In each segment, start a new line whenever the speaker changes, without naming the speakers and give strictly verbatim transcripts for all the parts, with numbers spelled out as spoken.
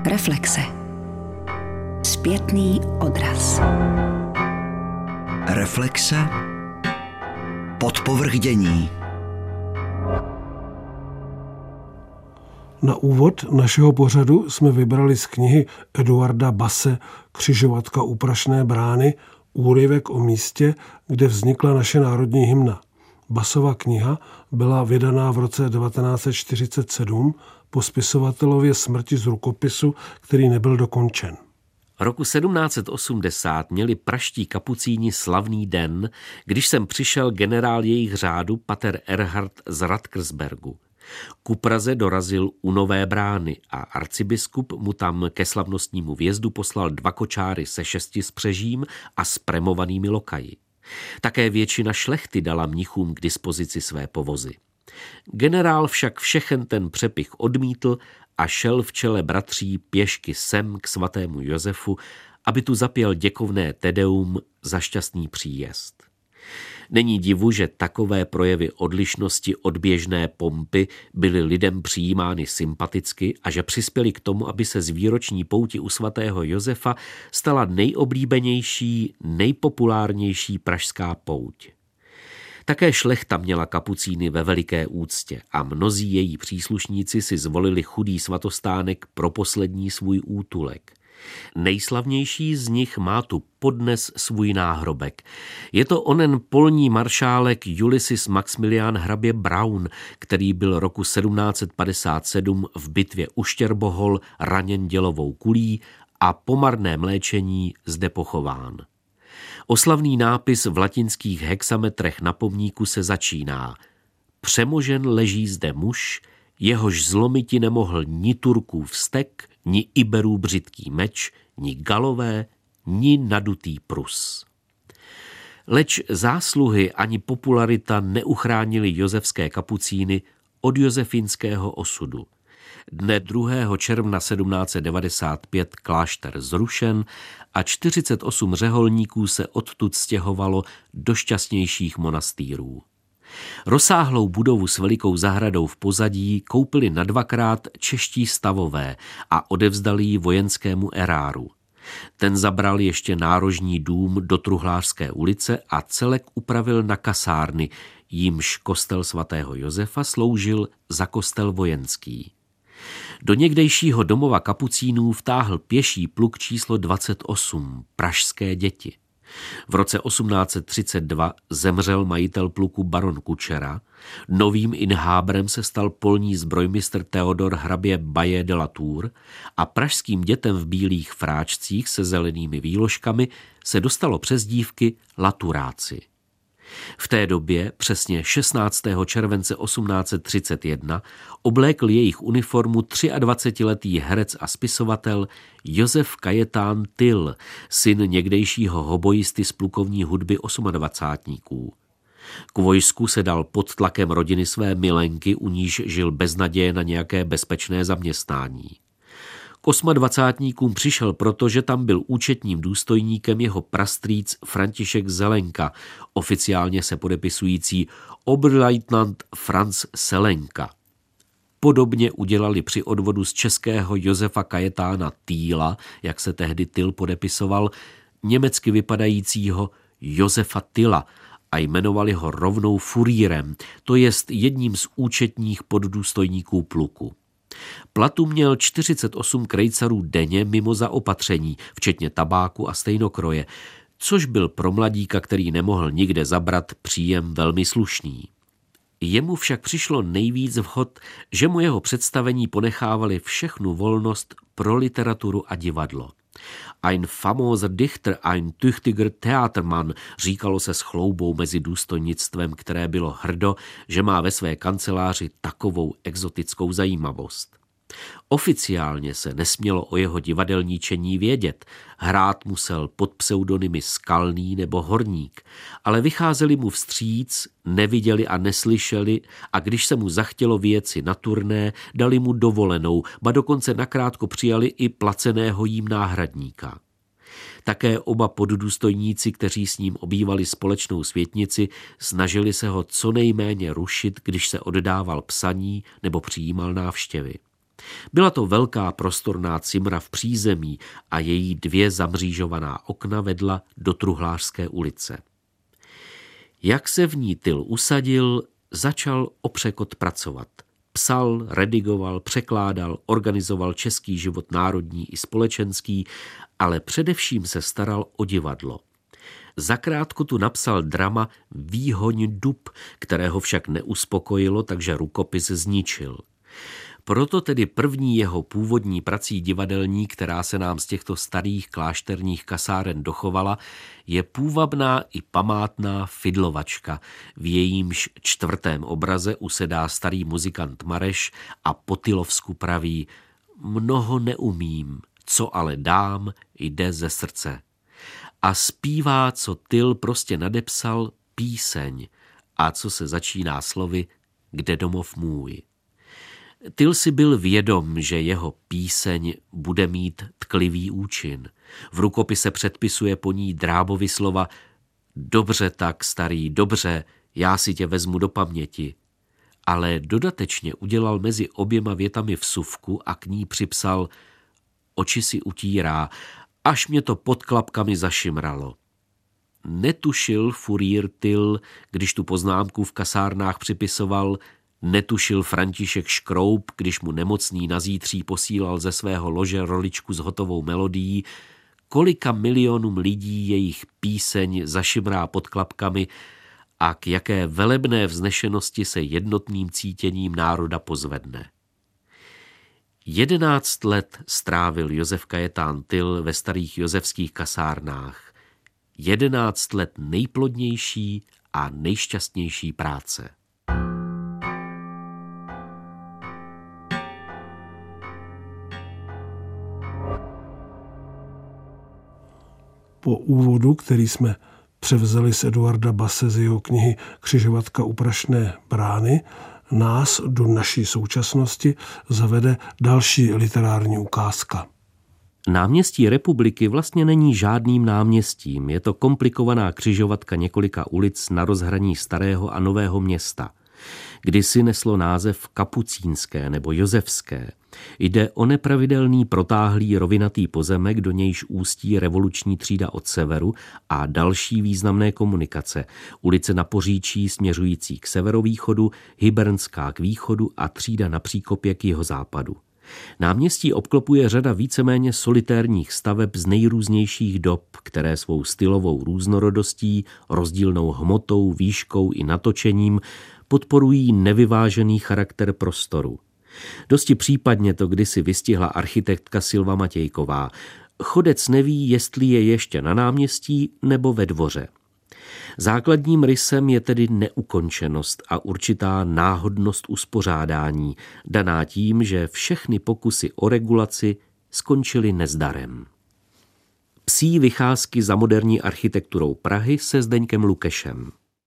Reflexe. Zpětný odraz.
Reflexe. Podpovrchdění.
Na úvod našeho pořadu jsme vybrali z knihy Eduarda Basse Křižovatka u Prašné brány úryvek o místě, kde vznikla naše národní hymna. Bassova kniha byla vydaná v roce devatenáct set čtyřicet sedm po spisovatelově smrti z rukopisu, který nebyl dokončen.
Roku sedmnáct set osmdesát měli praští kapucíni slavný den, když sem přišel generál jejich řádu pater Erhard z Radkersbergu. Ku Praze dorazil u Nové brány a arcibiskup mu tam ke slavnostnímu vjezdu poslal dva kočáry se šesti spřežím a spremovanými lokaji. Také většina šlechty dala mnichům k dispozici své povozy. Generál však všechen ten přepich odmítl a šel v čele bratří pěšky sem k svatému Josefu, aby tu zapěl děkovné tedeum za šťastný příjezd. Není divu, že takové projevy odlišnosti od běžné pompy byly lidem přijímány sympaticky a že přispěli k tomu, aby se z výroční pouti u svatého Josefa stala nejoblíbenější, nejpopulárnější pražská pouť. Také šlechta měla kapucíny ve veliké úctě a mnozí její příslušníci si zvolili chudý svatostánek pro poslední svůj útulek. Nejslavnější z nich má tu podnes svůj náhrobek. Je to onen polní maršálek Ulysses Maxmilian hrabě Braun, který byl roku sedmnáct set padesát sedm v bitvě u Štěrbohol raněn dělovou kulí a po marném léčení zde pochován. Oslavný nápis v latinských hexametrech na pomníku se začíná: Přemožen leží zde muž, jehož zlomiti nemohl ni Turkův vztek, ni Iberů břitký meč, ni Galové, ni nadutý Prus. Leč zásluhy ani popularita neuchránili josefské kapucíny od josefínského osudu. Dne druhého června sedmnáct set devadesát pět klášter zrušen a čtyřicet osm řeholníků se odtud stěhovalo do šťastnějších monastýrů. Rozsáhlou budovu s velikou zahradou v pozadí koupili na dvakrát čeští stavové a odevzdali ji vojenskému eráru. Ten zabral ještě nárožní dům do Truhlářské ulice a celek upravil na kasárny, jímž kostel svatého Josefa sloužil za kostel vojenský. Do někdejšího domova kapucínů vtáhl pěší pluk číslo dvacet osm, Pražské děti. V roce osmnáct set třicet dva zemřel majitel pluku baron Kučera, novým inhábrem se stal polní zbrojmistr Theodor hrabě Baye de la Tour a pražským dětem v bílých fráčcích se zelenými výložkami se dostalo přezdívky Laturáci. V té době, přesně šestnáctého července osmnáct set třicet jedna, oblékl jejich uniformu dvacetiletý herec a spisovatel Josef Kajetán Tyll, syn někdejšího hobojisty z plukovní hudby osmadvacátníků. K vojsku se dal pod tlakem rodiny své milenky, u níž žil bez naděje na nějaké bezpečné zaměstnání. K osmadvacátníkům přišel proto, že tam byl účetním důstojníkem jeho prastrýc František Zelenka, oficiálně se podepisující Oberleutnant Franz Selenka. Podobně udělali při odvodu z českého Josefa Kajetána Týla, jak se tehdy Tyl podepisoval, německy vypadajícího Josefa Tyla a jmenovali ho rovnou furírem, to jest jedním z účetních poddůstojníků pluku. Platu měl čtyřicet osm krejcarů denně mimo zaopatření, včetně tabáku a stejnokroje, což byl pro mladíka, který nemohl nikde zabrat, příjem velmi slušný. Jemu však přišlo nejvíc vhod, že mu jeho představení ponechávali všechnu volnost pro literaturu a divadlo. Ein famoser Dichter, ein tüchtiger Theatermann, říkalo se s chloubou mezi důstojnictvem, které bylo hrdo, že má ve své kanceláři takovou exotickou zajímavost. Oficiálně se nesmělo o jeho divadelníčení vědět, hrát musel pod pseudonymy Skalný nebo Horník, ale vycházeli mu vstříc, neviděli a neslyšeli a když se mu zachtělo věci na turné, dali mu dovolenou, ba dokonce nakrátko přijali i placeného jím náhradníka. Také oba poddůstojníci, kteří s ním obývali společnou světnici, snažili se ho co nejméně rušit, když se oddával psaní nebo přijímal návštěvy. Byla to velká prostorná cimra v přízemí a její dvě zamřížovaná okna vedla do Truhlářské ulice. Jak se v ní Tyll usadil, začal opřekot pracovat. Psal, redigoval, překládal, organizoval český život národní i společenský, ale především se staral o divadlo. Zakrátko tu napsal drama Výhoň dub, kterého však neuspokojilo, takže rukopis zničil. Proto tedy první jeho původní prací divadelní, která se nám z těchto starých klášterních kasáren dochovala, je půvabná i památná Fidlovačka. V jejímž čtvrtém obraze usedá starý muzikant Mareš a po Tylovsku praví: mnoho neumím, co ale dám, jde ze srdce. A zpívá, co Tyll prostě nadepsal, píseň, a co se začíná slovy Kde domov můj. Tyll si byl vědom, že jeho píseň bude mít tklivý účin. V rukopise předpisuje po ní Drábovi slova: dobře tak, starý, dobře, já si tě vezmu do paměti. Ale dodatečně udělal mezi oběma větami vsuvku a k ní připsal: oči si utírá, až mě to pod klapkami zašimralo. Netušil furýr Tyll, když tu poznámku v kasárnách připisoval, netušil František Škroup, když mu nemocný na zítří posílal ze svého lože roličku s hotovou melodií, kolika milionům lidí jejich píseň zašimrá pod klapkami a k jaké velebné vznešenosti se jednotným cítěním národa pozvedne. Jedenáct let strávil Josef Kajetán Tyll ve starých josefských kasárnách. Jedenáct let nejplodnější a nejšťastnější práce.
Po úvodu, který jsme převzali z Eduarda Basse z jeho knihy Křižovatka u Prašné brány, nás do naší současnosti zavede další literární ukázka.
Náměstí Republiky vlastně není žádným náměstím, je to komplikovaná křižovatka několika ulic na rozhraní Starého a Nového Města. Kdysi neslo název Kapucínské nebo Josefské. Jde o nepravidelný protáhlý rovinatý pozemek, do nějž ústí revoluční třída od severu a další významné komunikace. Ulice na Poříčí směřující k severovýchodu, Hybernská k východu a třída na Příkopě k jihozápadu. Náměstí obklopuje řada víceméně solitérních staveb z nejrůznějších dob, které svou stylovou různorodostí, rozdílnou hmotou, výškou i natočením podporují nevyvážený charakter prostoru. Dosti případně to kdysi vystihla architektka Silva Matějková. Chodec neví, jestli je ještě na náměstí nebo ve dvoře. Základním rysem je tedy neukončenost a určitá náhodnost uspořádání, daná tím, že všechny pokusy o regulaci skončily nezdarem. Psí vycházky za moderní architekturou Prahy se Zdeňkem Lukešem.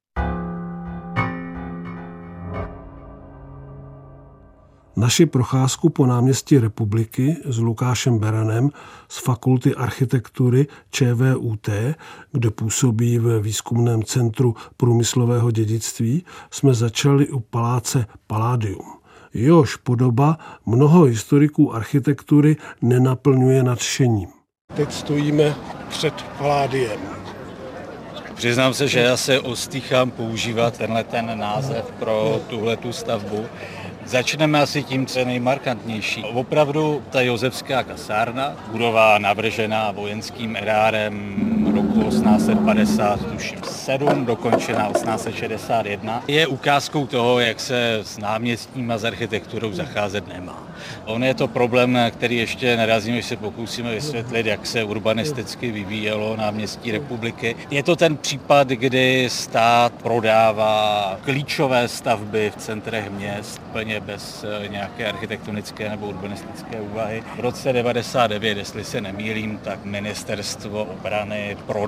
Naši procházku po náměstí Republiky s Lukášem Beranem z Fakulty architektury ČVUT, kde působí ve výzkumném centru průmyslového dědictví, jsme začali u paláce Palladium. Jehož podoba mnoho historiků architektury nenaplňuje nadšením. Teď stojíme před Palladiem.
Přiznám se, že já se ostýchám používat tenhle ten název pro tuhletu stavbu. Začneme asi tím, co je nejmarkantnější. Opravdu ta josefská kasárna, budova navržená vojenským erárem roku osmnáct set padesát sedm, dokončená osmnáct set šedesát jedna, je ukázkou toho, jak se s náměstím a s architekturou zacházet nemá. On je to problém, který ještě narazíme, když se pokusíme vysvětlit, jak se urbanisticky vyvíjelo náměstí Republiky. Je to ten případ, kdy stát prodává klíčové stavby v centrech měst plně bez nějaké architektonické nebo urbanistické úvahy. V roce devadesát devět, jestli se nemýlím, tak ministerstvo obrany prodá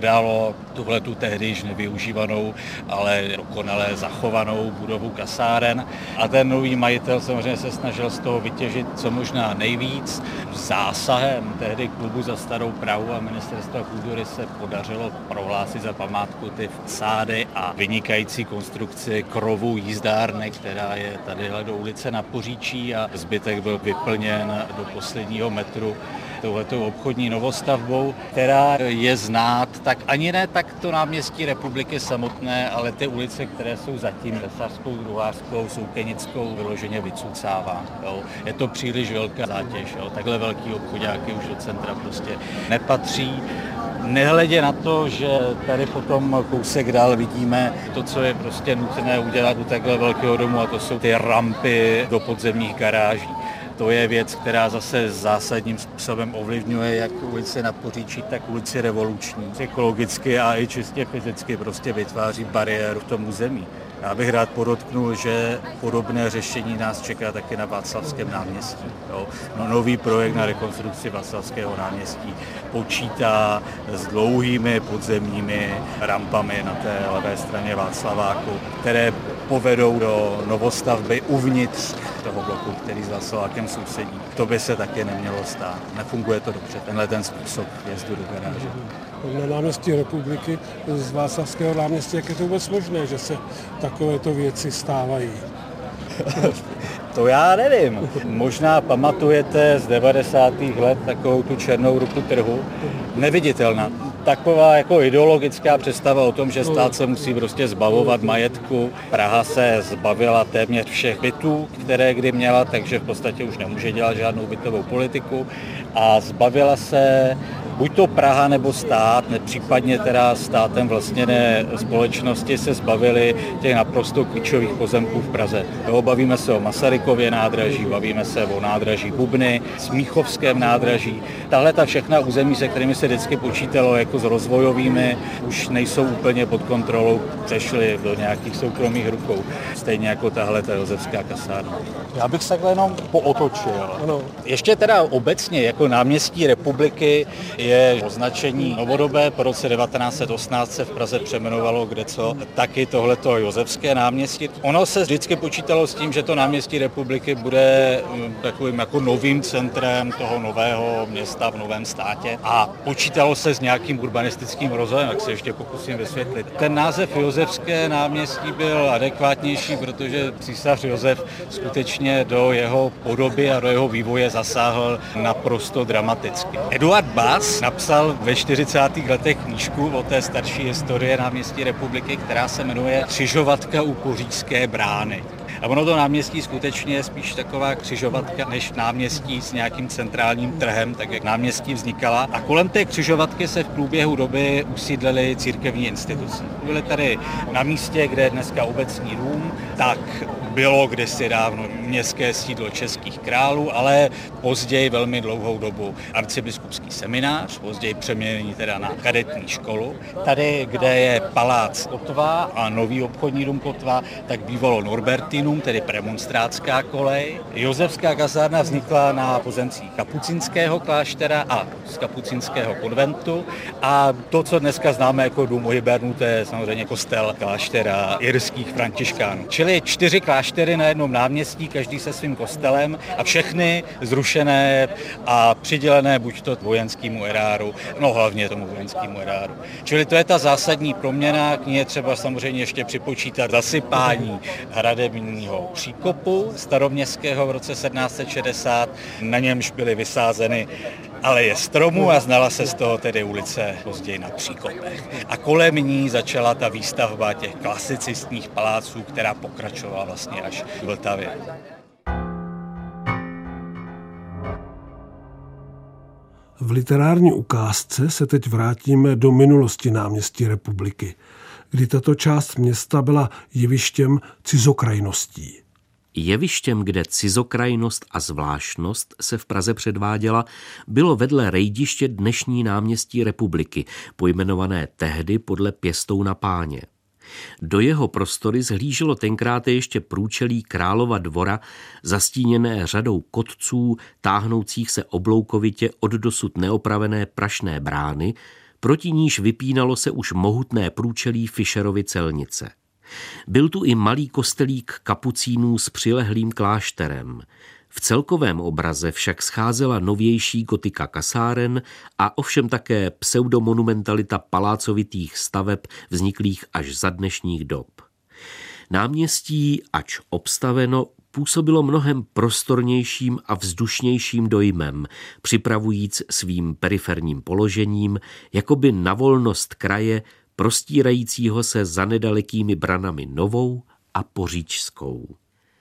prodalo tuhletu tehdy již nevyužívanou, ale dokonale zachovanou budovu kasáren. A ten nový majitel samozřejmě se snažil z toho vytěžit co možná nejvíc. Zásahem tehdy klubu za Starou Prahu a ministerstva kultury se podařilo prohlásit za památku ty fasády a vynikající konstrukci krovu jízdárny, která je tady do ulice na Poříčí, a zbytek byl vyplněn do posledního metru touhletou obchodní novostavbou, která je znát tak ani ne tak to náměstí Republiky samotné, ale ty ulice, které jsou zatím Tesařskou, Druhářskou, Soukenickou, vyloženě vycucává. Jo. Je to příliš velká zátěž. Jo. Takhle velký obchodáky už do centra prostě nepatří. Nehledě na to, že tady potom kousek dál vidíme to, co je prostě nutné udělat u takhle velkého domu, a to jsou ty rampy do podzemních garáží. To je věc, která zase zásadním způsobem ovlivňuje jak ulici na Poříčí, tak ulici Revoluční. Ekologicky a i čistě fyzicky prostě vytváří bariéru v tom území. Já bych rád podotknul, že podobné řešení nás čeká taky na Václavském náměstí. Jo. No, nový projekt na rekonstrukci Václavského náměstí počítá s dlouhými podzemními rampami na té levé straně Václaváku, které povedou do novostavby uvnitř toho bloku, který s Václavákem sousedí. To by se taky nemělo stát. Nefunguje to dobře, tenhle ten způsob jezdu do garáže.
Na náměstí Republiky z Václavského náměstí, jak je to vůbec možné, že se takovéto věci stávají?
To já nevím. Možná pamatujete z devadesátých let takovou tu černou ruku trhu. Neviditelná. Taková jako ideologická představa o tom, že stát se musí prostě zbavovat majetku. Praha se zbavila téměř všech bytů, které kdy měla, takže v podstatě už nemůže dělat žádnou bytovou politiku. A zbavila se buď to Praha nebo stát, případně teda státem vlastněné společnosti se zbavili těch naprosto klíčových pozemků v Praze. Jo, bavíme se o Masarykově nádraží, bavíme se o nádraží Bubny, Smíchovském nádraží. Tahle ta všechna území, se kterými se vždycky počítalo jako s rozvojovými, už nejsou úplně pod kontrolou, přešly do nějakých soukromých rukou. Stejně jako tahle ta josefská kasárna. Já bych se takhle jenom pootočil. Ano. Ještě teda obecně jako náměstí Republiky je označení novodobé, po roce devatenáct set osmnáct se v Praze přejmenovalo kdeco, taky tohleto Josefské náměstí. Ono se vždycky počítalo s tím, že to náměstí Republiky bude takovým jako novým centrem toho nového města v novém státě, a počítalo se s nějakým urbanistickým rozvojem, tak se ještě pokusím vysvětlit. Ten název Josefské náměstí byl adekvátnější, protože císař Josef skutečně do jeho podoby a do jeho vývoje zasáhl naprosto dramaticky. Eduard Bass napsal ve čtyřicátých letech knížku o té starší historie náměstí Republiky, která se jmenuje Křižovatka u Poříčské brány. A ono to náměstí skutečně je spíš taková křižovatka než náměstí s nějakým centrálním trhem, tak jak náměstí vznikala. A kolem té křižovatky se v průběhu doby usídlily církevní instituce. Byly tady na místě, kde je dneska obecní dům, tak bylo kdysi dávno městské sídlo českých králů, ale později velmi dlouhou dobu arcibiskupský seminář, později přeměněný teda na kadetní školu. Tady, kde je palác Kotva a nový obchodní dům Kotva, tak bývalo Norbertinum, tedy premonstrátská kolej. Josefská kasárna vznikla na pozemcích kapucínského kláštera a z kapucínského konventu, a to, co dneska známe jako dům u Hybernů, to je samozřejmě kostel kláštera irských františkánů. Čili čtyři kláštery na jednom náměstí, každý se svým kostelem, a všechny zrušené a přidělené buď to vojenskému eráru, no hlavně tomu vojenskému eráru. Čili to je ta zásadní proměna, k ní je třeba samozřejmě ještě připočítat zasypání hradebního příkopu staroměstského v roce sedmnáct set šedesát, na němž byly vysázeny aleje stromů a znala se z toho tedy ulice později na Příkopech. A kolem ní začala ta výstavba těch klasicistních paláců, která pokračovala vlastně až v Vltavě.
V literární ukázce se teď vrátíme do minulosti náměstí Republiky, kdy tato část města byla jevištěm cizokrajností.
Jevištěm, kde cizokrajnost a zvláštnost se v Praze předváděla, bylo vedle rejdiště dnešní náměstí Republiky, pojmenované tehdy podle Pěstouna Páně. Do jeho prostory zhlíželo tenkrát ještě průčelí Králova dvora, zastíněné řadou kotců, táhnoucích se obloukovitě od dosud neopravené prašné brány, proti níž vypínalo se už mohutné průčelí Fischerovy celnice. Byl tu i malý kostelík kapucínů s přilehlým klášterem. V celkovém obraze však scházela novější gotika kasáren a ovšem také pseudomonumentalita palácovitých staveb vzniklých až za dnešních dob. Náměstí, ač obstaveno, působilo mnohem prostornějším a vzdušnějším dojmem, připravujíc svým periferním položením jakoby na volnost kraje prostírajícího se za nedalekými branami Novou a Poříčskou.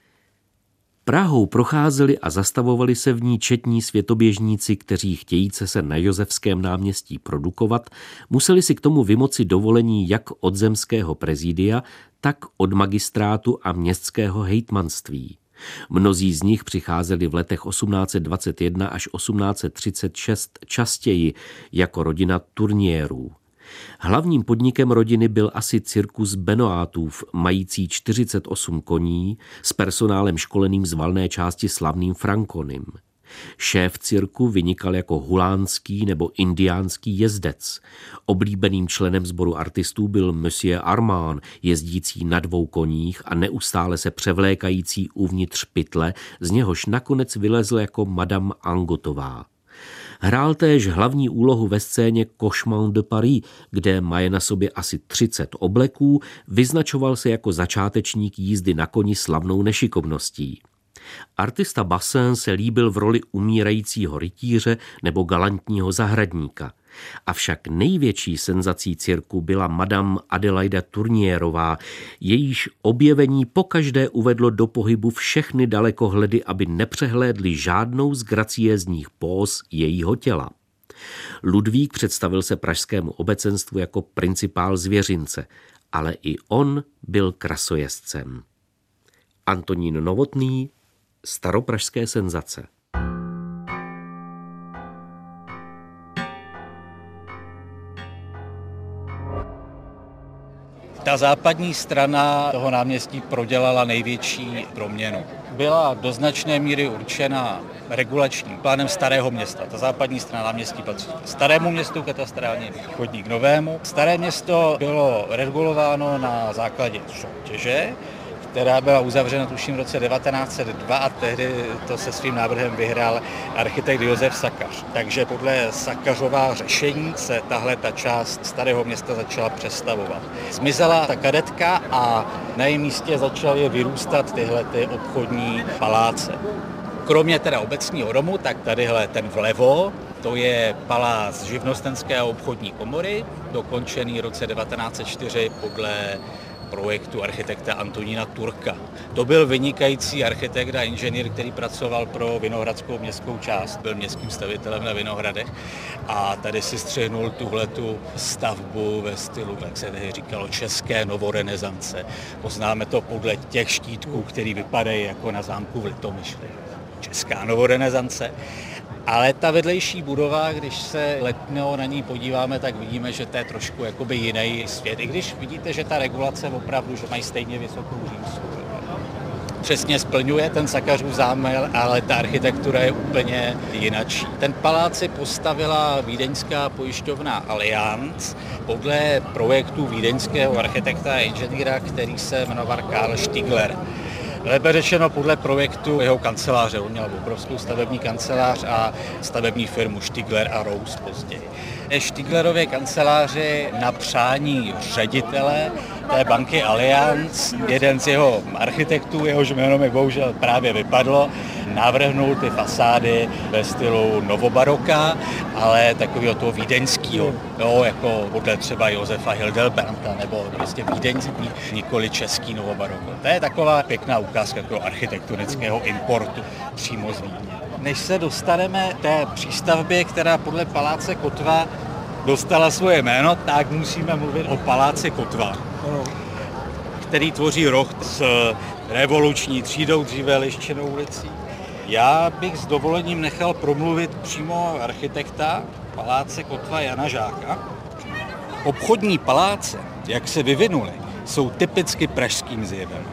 Prahou procházeli a zastavovali se v ní četní světoběžníci, kteří chtějíce se na Josefském náměstí produkovat, museli si k tomu vymoci dovolení jak od zemského prezidia, tak od magistrátu a městského hejtmanství. Mnozí z nich přicházeli v letech osmnáct set dvacet jedna až osmnáct set třicet šest častěji jako rodina Turnierů. Hlavním podnikem rodiny byl asi cirkus Benoátův, mající čtyřicet osm koní, s personálem školeným z valné části slavným Frankonym. Šéf cirku vynikal jako hulánský nebo indiánský jezdec. Oblíbeným členem sboru artistů byl Monsieur Armand, jezdící na dvou koních a neustále se převlékající uvnitř pytle, z něhož nakonec vylezl jako Madame Angotová. Hrál též hlavní úlohu ve scéně Cauchemar de Paris, kde maje na sobě asi třicet obleků, vyznačoval se jako začátečník jízdy na koni slavnou nešikovností. Artista Bassin se líbil v roli umírajícího rytíře nebo galantního zahradníka. Avšak největší senzací cirku byla Madame Adelaida Turnierová, jejíž objevení pokaždé uvedlo do pohybu všechny dalekohledy, aby nepřehlédli žádnou z graciézních póz jejího těla. Ludvík představil se pražskému obecenstvu jako principál zvěřince, ale i on byl krasojezdcem. Antonín Novotný, Staropražské senzace.
Ta západní strana toho náměstí prodělala největší proměnu. Byla do značné míry určena regulačním plánem Starého města. Ta západní strana náměstí patří Starému městu, katastrálně východní k Novému. Staré město bylo regulováno na základě soutěže, která byla uzavřena tuším v roce devatenáct set dva a tehdy to se svým návrhem vyhrál architekt Josef Sakař. Takže podle Sakařova řešení se tahle ta část Starého města začala přestavovat. Zmizela ta kadetka a na jejím místě začaly vyrůstat tyhle ty obchodní paláce. Kromě teda obecního domu, tak tadyhle ten vlevo, to je palác živnostenské a obchodní komory, dokončený v roce devatenáct set čtyři podle projektu architekta Antonína Turka. To byl vynikající architekt a inženýr, který pracoval pro Vinohradskou městskou část, byl městským stavitelem na Vinohradech a tady si střihnul tuhletu stavbu ve stylu, jak se tehdy říkalo, české novorenesance. Poznáme to podle těch štítků, které vypadají jako na zámku v Litomyšli. Česká novorenesance. Ale ta vedlejší budova, když se letno na ní podíváme, tak vidíme, že to je trošku jakoby jiný svět. I když vidíte, že ta regulace opravdu, že mají stejně vysokou římskou. Přesně splňuje ten Sakařův záměr, ale ta architektura je úplně jinačí. Ten palác si postavila vídeňská pojišťovna Allianz podle projektu vídeňského architekta a inženýra, který se jmenoval Karl Stigler. Lépe řečeno podle projektu jeho kanceláře. On měl obrovskou stavební kancelář a stavební firmu Stigler a Rose později. Stiglerově kanceláři na přání ředitele té banky Allianz, jeden z jeho architektů, jehož jméno mi bohužel právě vypadlo, navrhnul ty fasády ve stylu novobaroka, ale takového toho vídeňského, jo, jako podle třeba Josefa Hildebrandta nebo prostě vídeňský, nikoli český novobaroko. To je taková pěkná ukázka toho architektonického importu přímo z Vídně. Než se dostaneme té přístavbě, která podle paláce Kotva dostala svoje jméno, tak musíme mluvit o paláci Kotva, který tvoří roh s revoluční třídou, dříve Liščinou ulicí. Já bych s dovolením nechal promluvit přímo architekta paláce Kotva Jana Žáka. Obchodní paláce, jak se vyvinuly, jsou typicky pražským zjevem.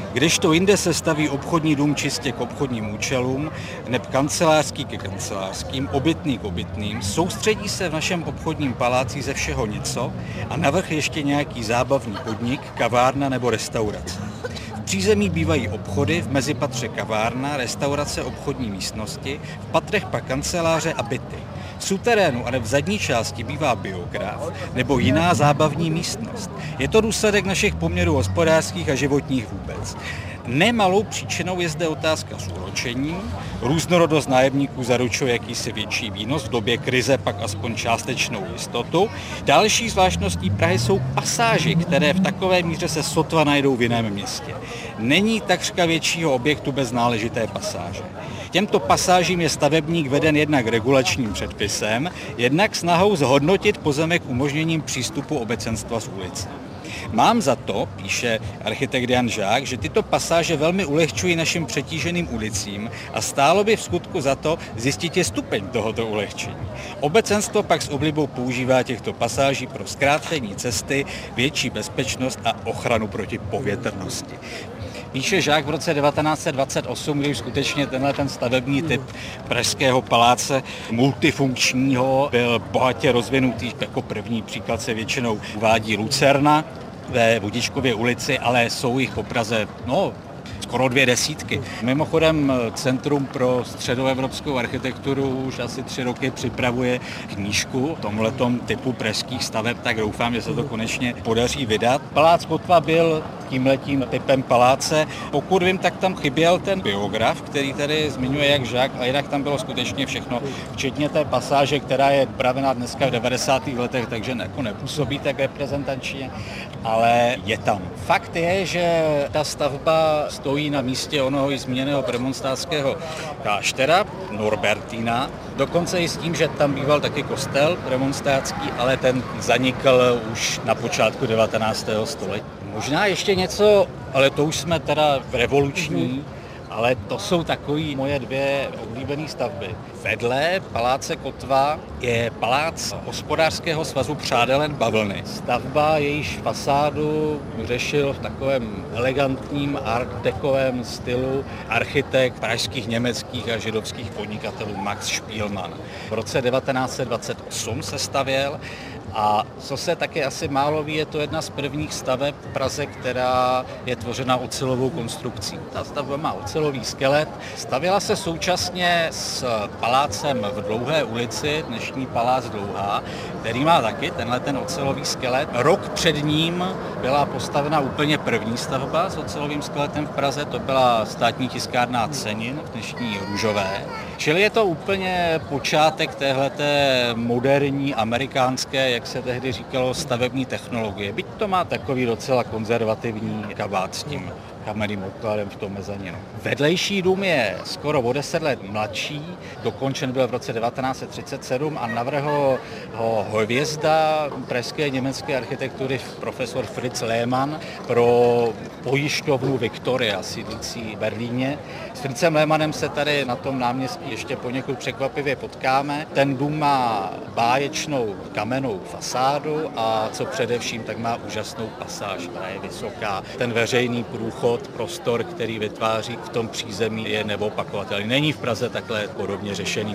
Kdežto jinde se staví obchodní dům čistě k obchodním účelům, neb kancelářský ke kancelářským, obytný k obytným, soustředí se v našem obchodním paláci ze všeho něco a navrch ještě nějaký zábavní podnik, kavárna nebo restaurace. V přízemí bývají obchody, v mezipatře kavárna, restaurace, obchodní místnosti, v patrech pak kanceláře a byty. V suterénu a v zadní části bývá biograf nebo jiná zábavní místnost. Je to důsledek našich poměrů hospodářských a životních vůbec. Nemalou příčinou je zde otázka zúročení. Různorodost nájemníků zaručuje jakýsi větší výnos, v době krize pak aspoň částečnou jistotu. Další zvláštností Prahy jsou pasáže, které v takové míře se sotva najdou v jiném městě. Není takřka většího objektu bez náležité pasáže. Těmto pasážím je stavebník veden jednak regulačním předpisem, jednak snahou zhodnotit pozemek umožněním přístupu obecenstva z ulice. Mám za to, píše architekt Jan Žák, že tyto pasáže velmi ulehčují našim přetíženým ulicím a stálo by v skutku za to zjistit je stupeň tohoto ulehčení. Obecenstvo pak s oblibou používá těchto pasáží pro zkrácení cesty, větší bezpečnost a ochranu proti povětrnosti. Píše Žák v roce devatenáct set dvacet osm, když skutečně tenhle ten stavební typ pražského paláce multifunkčního byl bohatě rozvinutý. Jako první příklad se většinou uvádí Lucerna ve Vodičkově ulici, ale jsou jich po Praze, no, skoro dvě desítky. Mimochodem Centrum pro středoevropskou architekturu už asi tři roky připravuje knížku o tomhletom typu pražských staveb, tak doufám, že se to konečně podaří vydat. Palác Kotva byl tímhletím typem paláce. Pokud vím, tak tam chyběl ten biograf, který tady zmiňuje jak Žák, a jinak tam bylo skutečně všechno, včetně té pasáže, která je upravená dneska v devadesátých letech, takže jako nepůsobí tak reprezentačně, ale je tam. Fakt je, že ta stavba stojí na místě onoho i zmíněného premonstrátského kláštera, Norbertina, dokonce i s tím, že tam býval taky kostel premonstrátský, ale ten zanikl už na počátku devatenáctého století. Možná ještě něco, ale to už jsme teda revoluční, ale to jsou takový moje dvě oblíbené stavby. Vedle paláce Kotva je palác Hospodářského svazu Přádelen Bavlny. Stavba, jejíž fasádu řešil v takovém elegantním art dekovém stylu architekt pražských, německých a židovských podnikatelů Max Spielmann. V roce devatenáct set dvacet osm se stavěl. A co se taky asi málo ví, je to jedna z prvních staveb v Praze, která je tvořena ocelovou konstrukcí. Ta stavba má ocelový skelet. Stavěla se současně s palácem v Dlouhé ulici, dnešní palác Dlouhá, který má taky tenhle ten ocelový skelet. Rok před ním byla postavena úplně první stavba s ocelovým skeletem v Praze, to byla státní tiskárna cenin v dnešní Růžové. Čili je to úplně počátek téhleté moderní amerikánské, jak se tehdy říkalo, stavební technologie. Byť to má takový docela konzervativní kabát s tím kamenným obkladem v tom mezaninu. Vedlejší dům je skoro o deset let mladší, dokončen byl v roce devatenáct set třicet sedm a navrhl ho hvězda pražské německé architektury profesor Fritz Lehmann pro pojišťovnu Victoria, sídlící v Berlíně. S Fritzem Lehmannem se tady na tom náměstí ještě poněkud překvapivě potkáme. Ten dům má báječnou kamennou fasádu a co především, tak má úžasnou pasáž, která je vysoká. Ten veřejný průchod, prostor, který vytváří v tom přízemí, je neopakovatelný. Není v Praze takhle podobně řešený.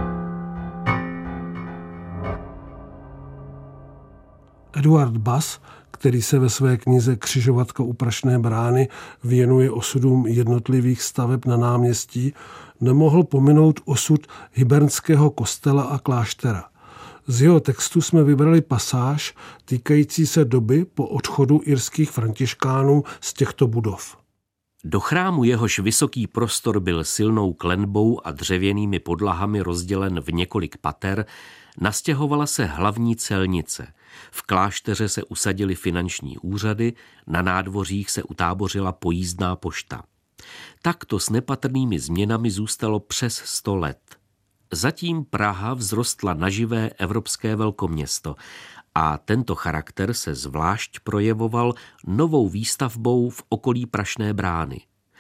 Eduard Bass, který se ve své knize Křižovatka u Prašné brány věnuje osudům jednotlivých staveb na náměstí, nemohl pominout osud Hybernského kostela a kláštera. Z jeho textu jsme vybrali pasáž týkající se doby po odchodu irských františkánů z těchto budov.
Do chrámu, jehož vysoký prostor byl silnou klenbou a dřevěnými podlahami rozdělen v několik pater, nastěhovala se hlavní celnice. V klášteře se usadily finanční úřady, na nádvořích se utábořila pojízdná pošta. Takto s nepatrnými změnami zůstalo přes sto let. Zatím Praha vzrostla na živé evropské velkoměsto a tento charakter se zvlášť projevoval novou výstavbou v okolí Prašné brány.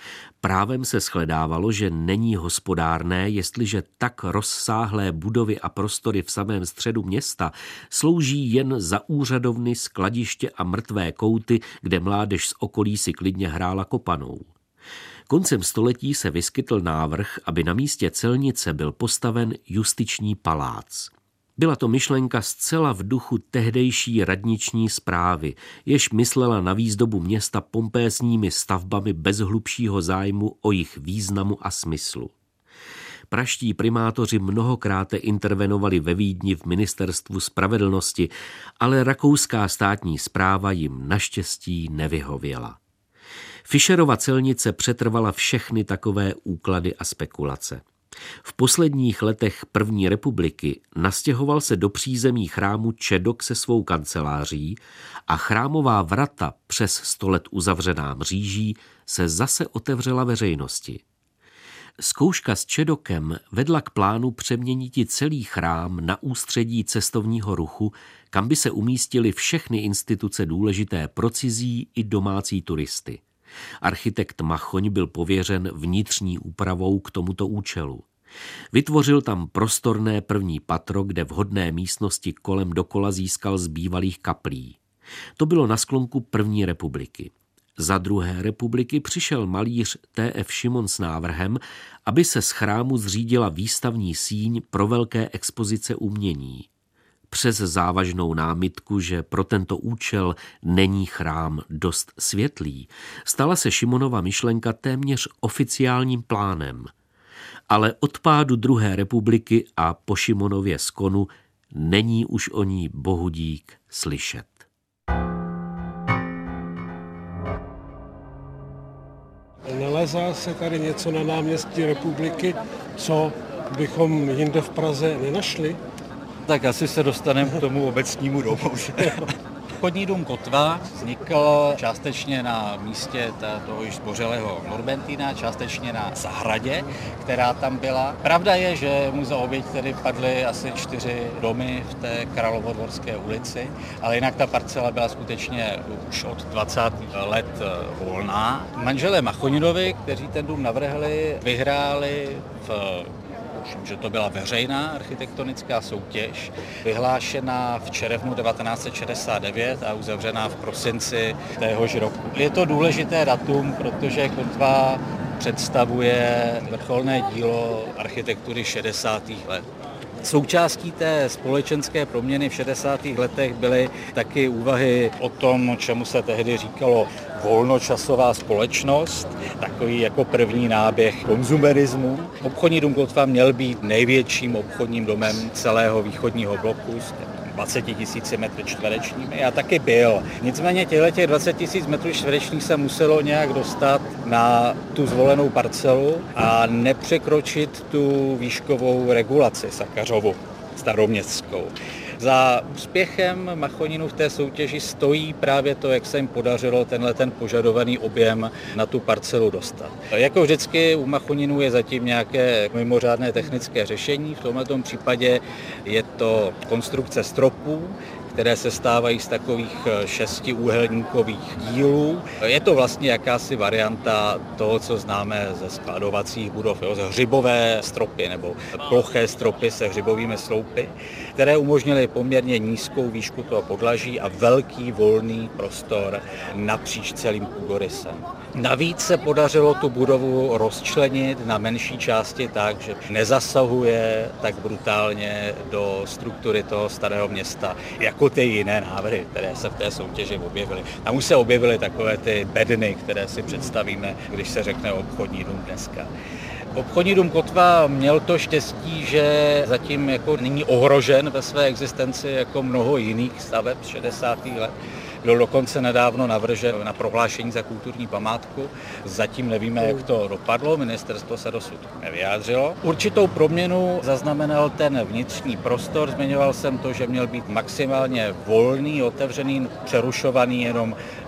Právem se shledávalo, že není hospodárné, jestliže tak rozsáhlé budovy a prostory v samém středu města slouží jen za úřadovny, skladiště a mrtvé kouty, kde mládež z okolí si klidně hrála kopanou. Koncem století se vyskytl návrh, aby na místě celnice byl postaven justiční palác. Byla to myšlenka zcela v duchu tehdejší radniční správy, jež myslela na výzdobu města pompézními stavbami bez hlubšího zájmu o jejich významu a smyslu. Praští primátoři mnohokrát intervenovali ve Vídni v ministerstvu spravedlnosti, ale rakouská státní správa jim naštěstí nevyhověla. Fischerova celnice přetrvala všechny takové úklady a spekulace. V posledních letech první republiky nastěhoval se do přízemí chrámu Čedok se svou kanceláří a chrámová vrata přes sto let uzavřená mříží se zase otevřela veřejnosti. Zkouška s Čedokem vedla k plánu přeměnit celý chrám na ústředí cestovního ruchu, kam by se umístily všechny instituce důležité pro cizí i domácí turisty. Architekt Machoň byl pověřen vnitřní úpravou k tomuto účelu. Vytvořil tam prostorné první patro, kde vhodné místnosti kolem dokola získal z bývalých kaplí. To bylo na sklonku první republiky. Za druhé republiky přišel malíř T F Šimon s návrhem, aby se z chrámu zřídila výstavní síň pro velké expozice umění. Přes závažnou námitku, že pro tento účel není chrám dost světlý, stala se Šimonova myšlenka téměř oficiálním plánem. Ale od pádu druhé republiky a po Šimonově skonu není už o ní bohudík slyšet.
Nalezá se tady něco na náměstí republiky, co bychom jinde v Praze nenašli?
Tak asi se dostaneme k tomu obecnímu domu. Obchodní dům Kotva vznikl částečně na místě toho již zbořelého Norbentína, částečně na zahradě, která tam byla. Pravda je, že mu za oběť tedy padly asi čtyři domy v té Královodvorské ulici, ale jinak ta parcela byla skutečně už od dvacátých let volná. Manželé Machoninovi, kteří ten dům navrhli, vyhráli v že to byla veřejná architektonická soutěž, vyhlášená v červnu devatenáct set šedesát devět a uzavřená v prosinci téhož roku. Je to důležité datum, protože Kotva představuje vrcholné dílo architektury šedesátých let. Součástí té společenské proměny v šedesátých letech byly taky úvahy o tom, čemu se tehdy říkalo volnočasová společnost, takový jako první náběh konzumerismu. Obchodní dům Kotva měl být největším obchodním domem celého východního bloku s dvacet tisíc metrů čtverečními a taky byl. Nicméně těchto dvacet tisíc metrů čtverečních se muselo nějak dostat na tu zvolenou parcelu a nepřekročit tu výškovou regulaci Sakařovu staroměstskou. Za úspěchem Machoninu v té soutěži stojí právě to, jak se jim podařilo tenhle ten požadovaný objem na tu parcelu dostat. Jako vždycky u Machoninu je zatím nějaké mimořádné technické řešení. V tomto případě je to konstrukce stropů, které se stávají z takových šestiúhelníkových dílů. Je to vlastně jakási varianta toho, co známe ze skladovacích budov, jo, ze hřibové stropy nebo ploché stropy se hřibovými sloupy, které umožnily poměrně nízkou výšku toho podlaží a velký volný prostor napříč celým půdorysem. Navíc se podařilo tu budovu rozčlenit na menší části tak, že nezasahuje tak brutálně do struktury toho starého města, jako ty jiné návrhy, které se v té soutěži objevily. Tam už se objevily takové ty bedny, které si představíme, když se řekne obchodní dům dneska. Obchodní dům Kotva měl to štěstí, že zatím jako není ohrožen ve své existenci jako mnoho jiných staveb z šedesátých let. Byl dokonce nedávno navržen na prohlášení za kulturní památku. Zatím nevíme, jak to dopadlo, ministerstvo se dosud nevyjádřilo. Určitou proměnu zaznamenal ten vnitřní prostor. Zmiňoval jsem to, že měl být maximálně volný, otevřený, přerušovaný jenom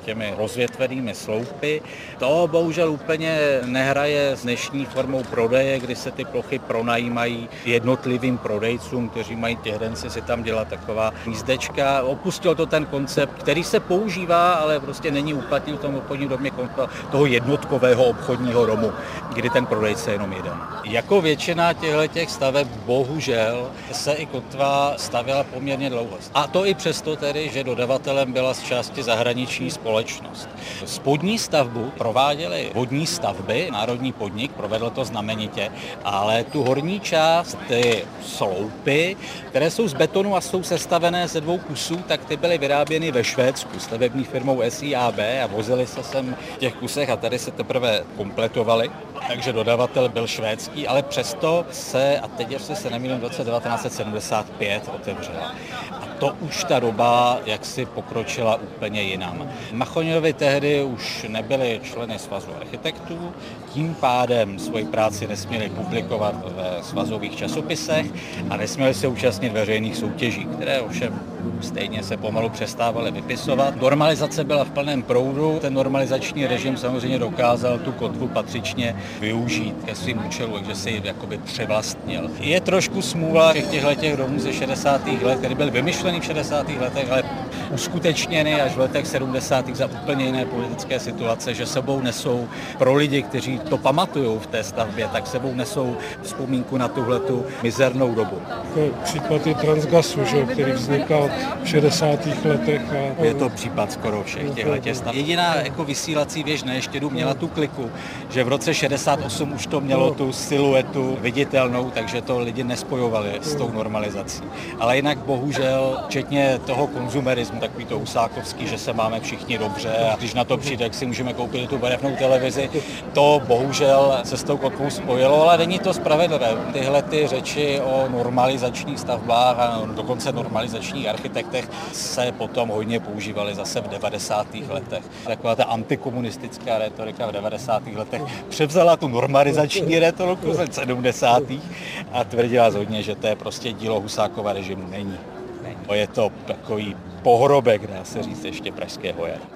těmi rozvětvenými sloupy. To bohužel úplně nehraje s dnešní formou prodeje, kdy se ty plochy pronajímají jednotlivým prodejcům, kteří mají tendenci si tam dělat taková místečka. Opustil to ten koncept, který se používá, ale prostě není uplatněn v tom obchodním domě toho jednotkového obchodního domu, kdy ten prodejce je jenom jeden. Jako většina těchto staveb bohužel se i kotva stavěla poměrně dlouho. A to i přesto tedy, že dodavatelem byla z části zahraniční společnost. Spodní stavbu prováděly vodní stavby, národní podnik, provedl to znamenitě, ale tu horní část, ty sloupy, které jsou z betonu a jsou sestavené ze dvou kusů, tak ty byly vyráběny ve Švédsku stavební firmou S I A B a vozily se sem v těch kusech a tady se teprve kompletovaly. Takže dodavatel byl švédský, ale přesto se, a teď ještě se nemýlím, v roce devatenáct set sedmdesát pět otevřela. A to už ta doba jaksi pokročila úplně jinam. Machoňovi tehdy už nebyli členy svazu architektů, tím pádem svoji práci nesměli publikovat ve svazových časopisech a nesměli se účastnit veřejných soutěží, které ovšem stejně se pomalu přestávaly vypisovat. Normalizace byla v plném proudu, ten normalizační režim samozřejmě dokázal tu kotvu patřičně využít ke svým účelům, takže si ji jakoby převlastnil. Je trošku smůla těchto domů ze šedesátých let, který byl vymyšlený v šedesátých letech, ale uskutečněny až v letech sedmdesátých za úplně jiné politické situace, že sebou nesou pro lidi, kteří to pamatují v té stavbě, tak sebou nesou vzpomínku na tuhletu mizernou dobu.
Případ je Transgasu, že, který vznikal v šedesátých letech. A...
Je to případ skoro všech těchto stav. Jediná jako vysílací věž na Ještědu měla tu kliku, že v roce šedesát osm už to mělo tu siluetu viditelnou, takže to lidi nespojovali s tou normalizací. Ale jinak bohužel, včetně toho konzumerismu, takový to husákovský, že se máme všichni dobře a když na to přijde, jak si můžeme koupit tu barevnou televizi, to bohužel se s tou kotvou spojilo, ale není to spravedlivé. Tyhle ty řeči o normalizačních stavbách a dokonce normalizačních architektech se potom hodně používaly zase v devadesátých letech. Taková ta antikomunistická retorika v devadesátých letech převzala tu normalizační retoriku z sedmdesátých a tvrdila hodně, že to je prostě dílo Husákova režimu. Není. Není. Je to takový pohrobek, dá se říct, ještě pražského jara.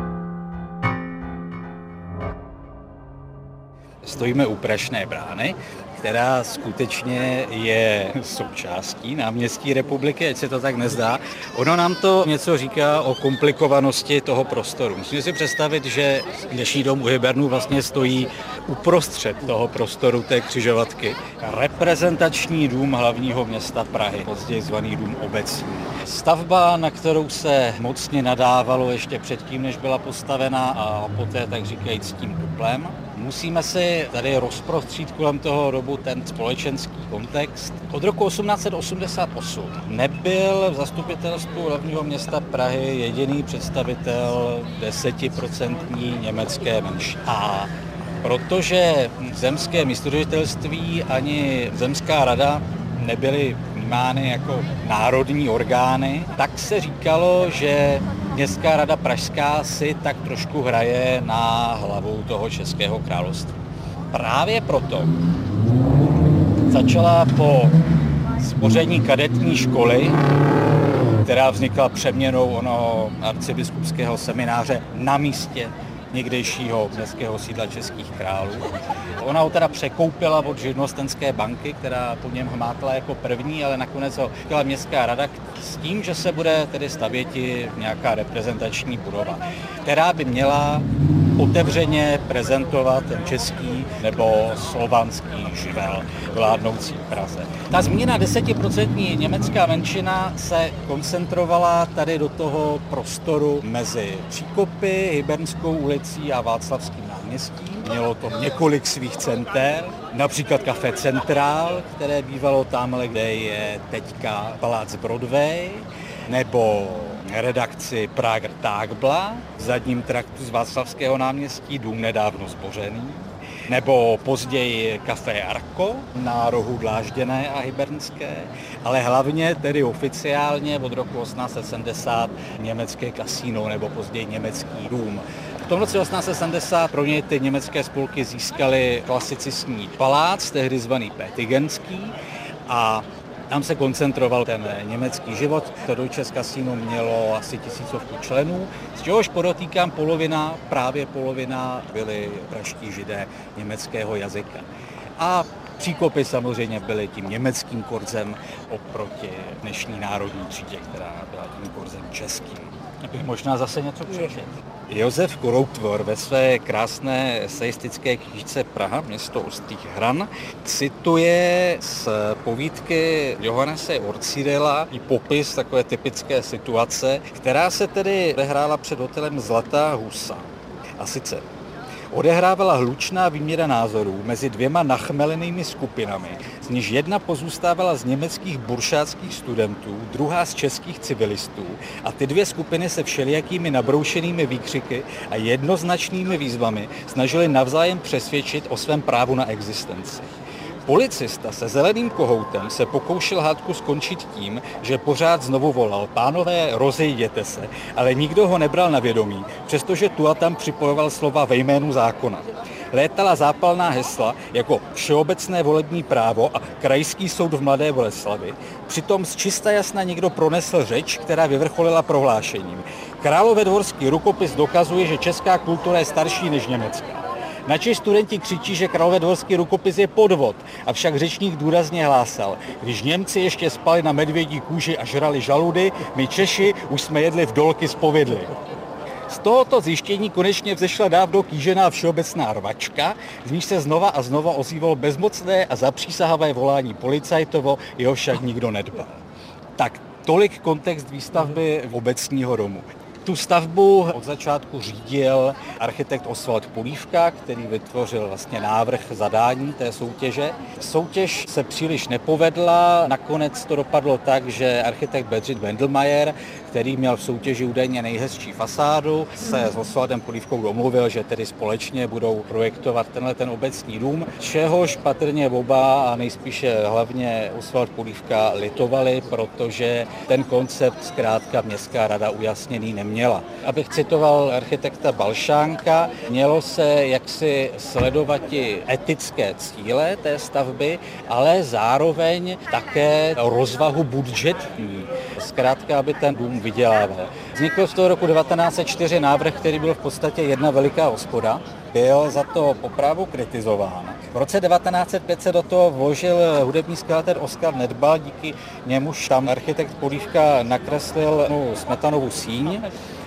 Stojíme u Prašné brány, která skutečně je součástí náměstí republiky, ať se to tak nezdá. Ono nám to něco říká o komplikovanosti toho prostoru. Musíme si představit, že dnešní dům u Hybernů vlastně stojí uprostřed toho prostoru té křižovatky. Reprezentační dům hlavního města Prahy, později zvaný dům obecní. Stavba, na kterou se mocně nadávalo ještě předtím, než byla postavena a poté, tak říkajíc, tím duplem. Musíme si tady rozprostřít kolem toho dobu ten společenský kontext. Od roku osmnáct set osmdesát osm nebyl v zastupitelstvu hlavního města Prahy jediný představitel desetiprocentní německé menšiny. A protože zemské místodržitelství ani zemská rada nebyly vnímány jako národní orgány, tak se říkalo, že Městská rada pražská si tak trošku hraje na hlavu toho Českého království. Právě proto začala po stvoření kadetní školy, která vznikla přeměnou onoho arcibiskupského semináře na místě někdejšího městského sídla českých králů. Ona ho teda překoupila od živnostenské banky, která po něm hmátla jako první, ale nakonec ho chtěla městská rada s tím, že se bude tedy stavěti nějaká reprezentační budova, která by měla otevřeně prezentovat ten český nebo slovanský živel vládnoucí v Praze. Ta zmíněná desetiprocentní německá menšina se koncentrovala tady do toho prostoru mezi Příkopy, Hybernskou ulicí a Václavským náměstím. Mělo to několik svých center, například Café Centrál, které bývalo tamhle, kde je teďka Palác Broadway, nebo redakci Prager Tagblatt v zadním traktu z Václavského náměstí, dům nedávno zbořený, nebo později Café Arco na rohu Dlážděné a Hybernské, ale hlavně tedy oficiálně od roku osmnáct set sedmdesát německé kasíno nebo později německý dům. V tom roce osmnáct set sedmdesát pro něj ty německé spolky získaly klasicistní palác, tehdy zvaný Pětigenský, a Tam se koncentroval ten německý život. To Deutsches Casino mělo asi tisícovku členů, z čehož podotýkám polovina, právě polovina byli pražští Židé německého jazyka. A příkopy samozřejmě byly tím německým korzem oproti dnešní národní třídě, která byla tím korzem českým. Abych možná zase něco přečetl. Josef Kroutvor ve své krásné eseistické knížce Praha, město Ostých Hran, cituje z povídky Johannese Orcídela i popis takové typické situace, která se tedy odehrála před hotelem Zlatá husa. A sice odehrávala hlučná výměra názorů mezi dvěma nachmelenými skupinami, z níž jedna pozůstávala z německých buršátských studentů, druhá z českých civilistů, a ty dvě skupiny se všelijakými nabroušenými výkřiky a jednoznačnými výzvami snažily navzájem přesvědčit o svém právu na existenci. Policista se zeleným kohoutem se pokoušel hádku skončit tím, že pořád znovu volal: pánové, rozejděte se, ale nikdo ho nebral na vědomí, přestože tu a tam připojoval slova ve jménu zákona. Létala zápalná hesla jako všeobecné volební právo a krajský soud v Mladé Boleslavi. Přitom z čista jasna někdo pronesl řeč, která vyvrcholila prohlášením: Královédvorský rukopis dokazuje, že česká kultura je starší než německá. Naši studenti křičí, že Královédvorský rukopis je podvod, avšak řečník důrazně hlásal: když Němci ještě spali na medvědí kůži a žrali žaludy, my Češi už jsme jedli v dolky z povidly. Z tohoto zjištění konečně vzešla dávno kýžená všeobecná rvačka, z níž se znova a znova ozývalo bezmocné a zapřísahavé volání policajtovo, jeho však nikdo nedbal. Tak tolik kontext výstavby obecního domu. Tu stavbu od začátku řídil architekt Osvald Polívka, který vytvořil vlastně návrh zadání té soutěže. Soutěž se příliš nepovedla, nakonec to dopadlo tak, že architekt Bedřich Wendelmayer, který měl v soutěži údajně nejhezčí fasádu, se s Osvaldem Polívkou domluvil, že tedy společně budou projektovat tenhle ten obecní dům, čehož patrně oba a nejspíše hlavně Osvald Polívka litovali, protože ten koncept zkrátka městská rada ujasněný neměla. Abych citoval architekta Balšánka, mělo se jaksi sledovat i etické cíle té stavby, ale zároveň také rozvahu budžetní. Zkrátka, aby ten dům vydělával. Vznikl z toho roku devatenáct set čtyři návrh, který byl v podstatě jedna veliká hospoda. Byl za to po právu kritizován. V roce devatenáct set pět se do toho vložil hudební skladatel Oskar Nedbal, díky němuž tam architekt Polívka nakreslil no, Smetanovu síň.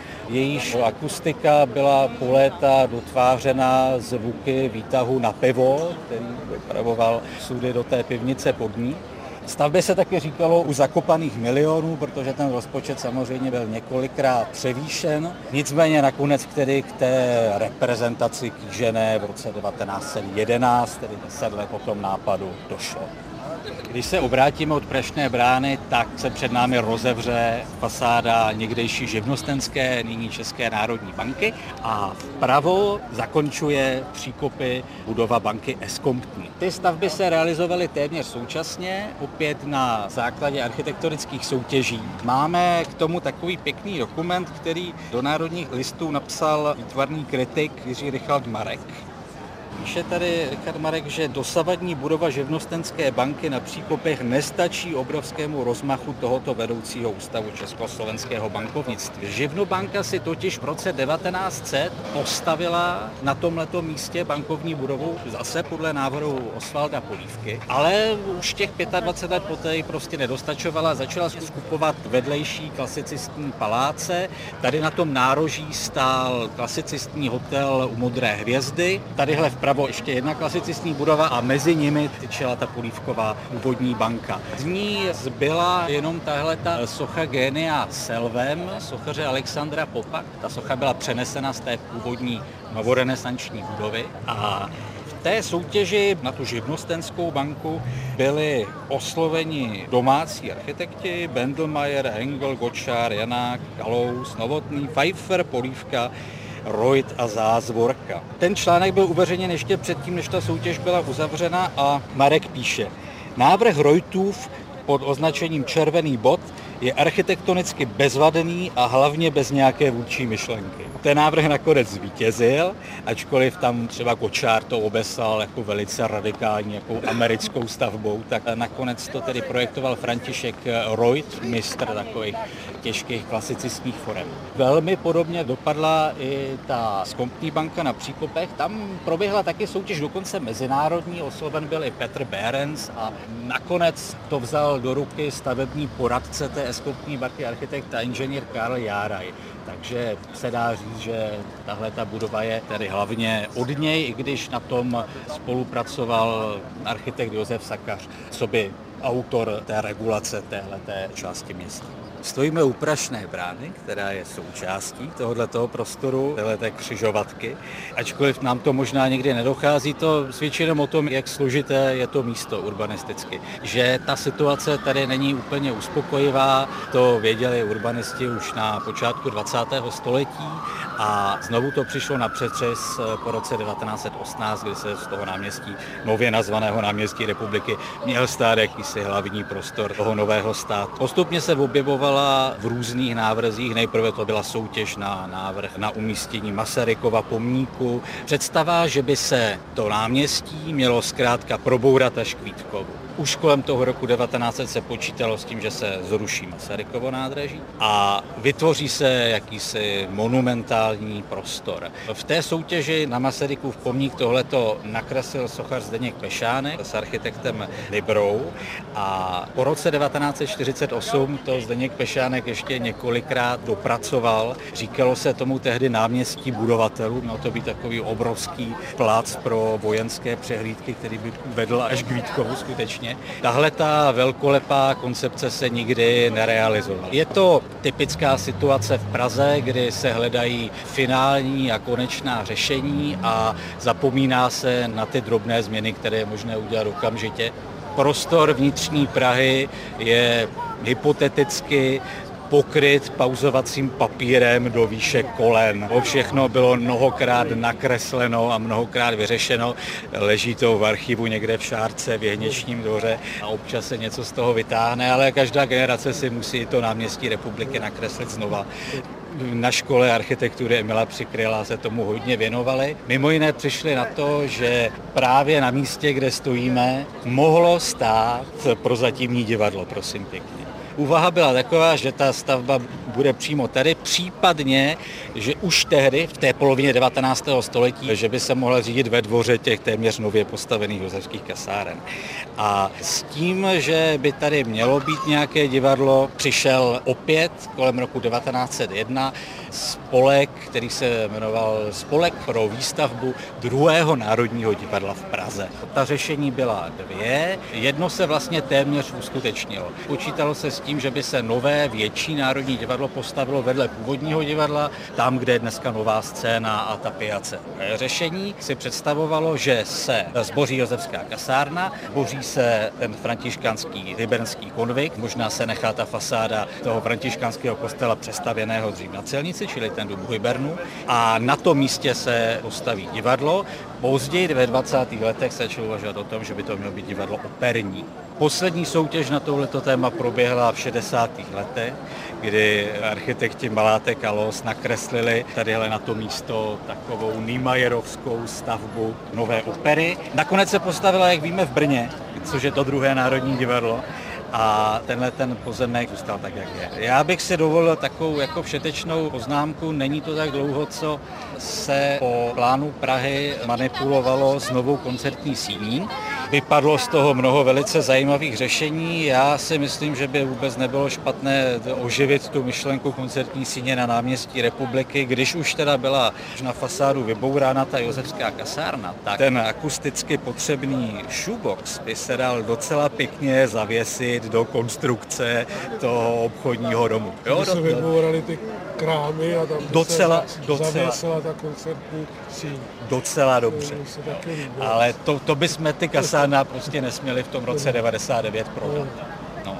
Jejíž akustika byla po léta dotvářena zvuky výtahu na pivo, který vypravoval sudy do té pivnice pod ní. Stavbě se taky říkalo u zakopaných milionů, protože ten rozpočet samozřejmě byl několikrát převýšen. Nicméně nakonec tedy k té reprezentaci kýžené v roce devatenáct set jedenáct, tedy deset let po tom nápadu, došlo. Když se obrátíme od Pražné brány, tak se před námi rozevře fasáda někdejší živnostenské, nyní České národní banky, a vpravo zakončuje příkopy budova banky Escomptní. Ty stavby se realizovaly téměř současně, opět na základě architektonických soutěží. Máme k tomu takový pěkný dokument, který do Národních listů napsal výtvarný kritik Jiří Richard Marek. Píše tady Richard Marek, že dosavadní budova živnostenské banky na příkopech nestačí obrovskému rozmachu tohoto vedoucího ústavu československého bankovnictví. Živnobanka si totiž v roce devatenáct set postavila na tomhleto místě bankovní budovu, zase podle návrhu Osvalda Polívky, ale už těch dvacet pět let poté ji prostě nedostačovala, začala skupovat vedlejší klasicistní paláce. Tady na tom nároží stál klasicistní hotel u Modré hvězdy, tadyhle vpravo ještě jedna klasicistní budova a mezi nimi tyčila ta Polívková úvodní banka. Z ní zbyla jenom tahleta socha Génia Selvem, sochaře Alexandra Popa. Ta socha byla přenesena z té původní novorenesanční budovy a v té soutěži na tu živnostenskou banku byli osloveni domácí architekti Wendelmayer, Engel, Gottschar, Janák, Kalous, Novotný, Pfeiffer, Polívka, Reut a Zázvorka. Ten článek byl uveřejněn ještě předtím, než ta soutěž byla uzavřena, a Marek píše: návrh Reutův pod označením Červený bod je architektonicky bezvadný a hlavně bez nějaké vůdčí myšlenky. Ten návrh nakonec zvítězil, ačkoliv tam třeba Kočár to obeslal jako velice radikální, jako americkou stavbou, tak nakonec to tedy projektoval František Reuth, mistr takových těžkých klasicistních forem. Velmi podobně dopadla i ta Zkompní banka na Příkopech. Tam proběhla taky soutěž dokonce mezinárodní, osloven byl i Petr Behrens a nakonec to vzal do ruky stavební poradce té Zkompní banky, architekt a inženýr Karl Járaj. Takže se dá říct, že tahle ta budova je tedy hlavně od něj, i když na tom spolupracoval architekt Josef Sakař, co by autor té regulace téhleté části města. Stojíme u Prašné brány, která je součástí tohoto prostoru, téhleté křižovatky. Ačkoliv nám to možná někdy nedochází, to svědčí jenom o tom, jak složité je to místo urbanisticky. Že ta situace tady není úplně uspokojivá, to věděli urbanisti už na počátku dvacátého století a znovu to přišlo na přetřes po roce devatenáct set osmnáct, kdy se z toho náměstí, nově nazvaného náměstí Republiky, měl stát jakýsi hlavní prostor toho nového státu. Postupně se objevoval v různých návrzích. Nejprve to byla soutěž na návrh na umístění Masarykova pomníku. Představa, že by se to náměstí mělo zkrátka probourat až k Vítkovu. Už kolem toho roku devatenáct set se počítalo s tím, že se zruší Masarykovo nádraží a vytvoří se jakýsi monumentální prostor. V té soutěži na Masarykův pomník tohleto nakreslil sochař Zdeněk Pešánek s architektem Librou a po roce devatenáct set čtyřicet osm to Zdeněk Pešánek ještě několikrát dopracoval. Říkalo se tomu tehdy náměstí budovatelů, měl to být takový obrovský plác pro vojenské přehlídky, který by vedl až k Vítkovu skutečně. Tahle ta velkolepá koncepce se nikdy nerealizovala. Je to typická situace v Praze, kdy se hledají finální a konečná řešení a zapomíná se na ty drobné změny, které je možné udělat okamžitě. Prostor vnitřní Prahy je hypoteticky pokryt pauzovacím papírem do výše kolen. O všechno bylo mnohokrát nakresleno a mnohokrát vyřešeno. Leží to v archivu někde v šárce v Jehněčním dvoře a občas se něco z toho vytáhne, ale každá generace si musí to náměstí Republiky nakreslit znova. Na škole architektury Emila Přikryla se tomu hodně věnovali. Mimo jiné přišli na to, že právě na místě, kde stojíme, mohlo stát prozatímní divadlo, prosím pěkně. Úvaha byla taková, že ta stavba bude přímo tady, případně, že už tehdy, v té polovině devatenáctého století, že by se mohla řídit ve dvoře těch téměř nově postavených josefských kasáren. A s tím, že by tady mělo být nějaké divadlo, přišel opět kolem roku devatenáct set jedna spolek, který se jmenoval Spolek pro výstavbu druhého národního divadla v Praze. Ta řešení byla dvě. Jedno se vlastně téměř uskutečnilo. Počítalo se s tím, že by se nové větší národní divadlo postavilo vedle původního divadla, tam, kde je dneska nová scéna a ta piace. Řešení si představovalo, že se zboří josefská kasárna, zboří se ten františkánský hybernský konvikt, možná se nechá ta fasáda toho františkánského kostela přestavěného dřív na celnici, čili ten dům Hybernu, a na tom místě se postaví divadlo. Později ve dvacátých letech se začalo uvažovat o tom, že by to mělo být divadlo operní. Poslední soutěž na tohleto téma proběhla v šedesátých letech, kdy architekti Malátek a Los nakreslili tadyhle na to místo takovou Niemeyerovskou stavbu nové opery. Nakonec se postavila, jak víme, v Brně, což je to druhé národní divadlo. A tenhle ten pozemek zůstal tak, jak je. Já bych si dovolil takovou jako všetečnou poznámku. Není to tak dlouho, co se po plánu Prahy manipulovalo s novou koncertní síní. Vypadlo z toho mnoho velice zajímavých řešení. Já si myslím, že by vůbec nebylo špatné oživit tu myšlenku koncertní síně na náměstí Republiky. Když už teda byla na fasádu vybourána ta josefská kasárna, tak ten akusticky potřebný shoebox by se dal docela pěkně zavěsit do konstrukce toho obchodního domu.
Jo, se vybourali ty krámy a tam
docela,
se
docela,
zavěsila ta koncertní síň.
Docela dobře. Ale to, to bychom ty kasárna prostě nesměli v tom roce devadesát devět prodat. No.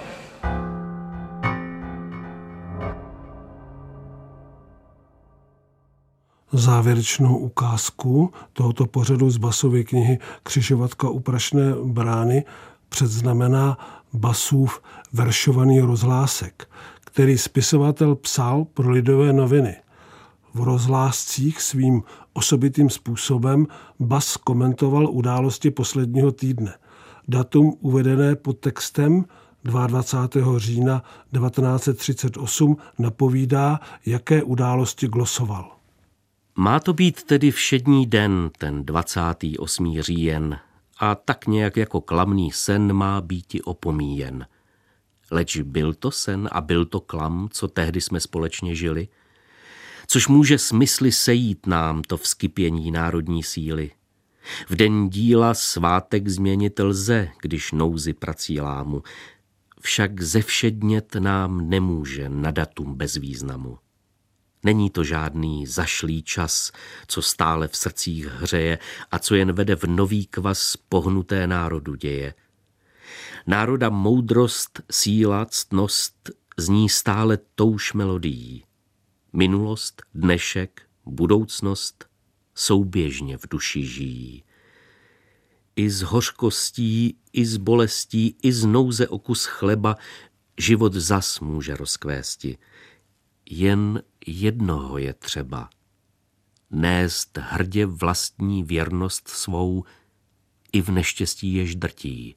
Závěrečnou ukázku tohoto pořadu z Basovy knihy Křižovatka u Prašné brány předznamená Basův veršovaný rozhlásek, který spisovatel psal pro Lidové noviny. V rozhláscích svým osobitým způsobem Bass komentoval události posledního týdne. Datum uvedené pod textem dvacátého druhého října devatenáct set třicet osm napovídá, jaké události glosoval.
Má to být tedy všední den, ten dvacátý osmý říjen, a tak nějak jako klamný sen má býti opomíjen. Leč byl to sen a byl to klam, co tehdy jsme společně žili, což může smysly sejít nám to vzkypění národní síly. V den díla svátek změnit lze, když nouzi prací lámu, však zevšednět nám nemůže na datum bez významu. Není to žádný zašlý čas, co stále v srdcích hřeje a co jen vede v nový kvas pohnuté národu děje. Národa moudrost, síla, ctnost zní stále touž melodií. Minulost, dnešek, budoucnost souběžně v duši žijí. I z hořkostí, i z bolestí, i z nouze o kus chleba život zas může rozkvésti. Jen jednoho je třeba. Nést hrdě vlastní věrnost svou i v neštěstí jež drtí.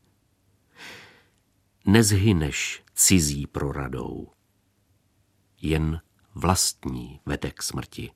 Nezhyneš cizí proradou. Jen vlastní vede k smrti.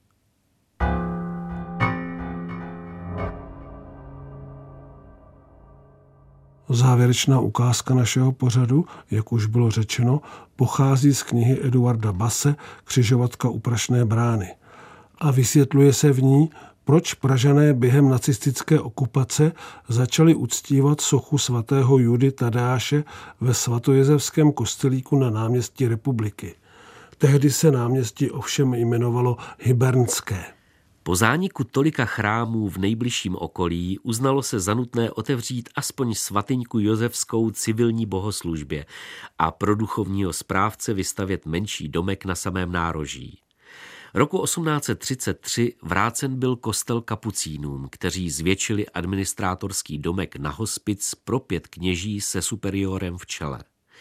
Závěrečná ukázka našeho pořadu, jak už bylo řečeno, pochází z knihy Eduarda Basse Křižovatka u Prašné brány a vysvětluje se v ní, proč Pražané během nacistické okupace začali uctívat sochu svatého Judy Tadeáše ve svatojezevském kostelíku na náměstí Republiky. Tehdy se náměstí ovšem jmenovalo Hybernské.
Po zániku tolika chrámů v nejbližším okolí uznalo se za nutné otevřít aspoň svatyňku josefskou civilní bohoslužbě a pro duchovního správce vystavět menší domek na samém nároží. Roku osmnáct set třicet tři vrácen byl kostel kapucínům, kteří zvětšili administrátorský domek na hospic pro pět kněží se superiorem v čele.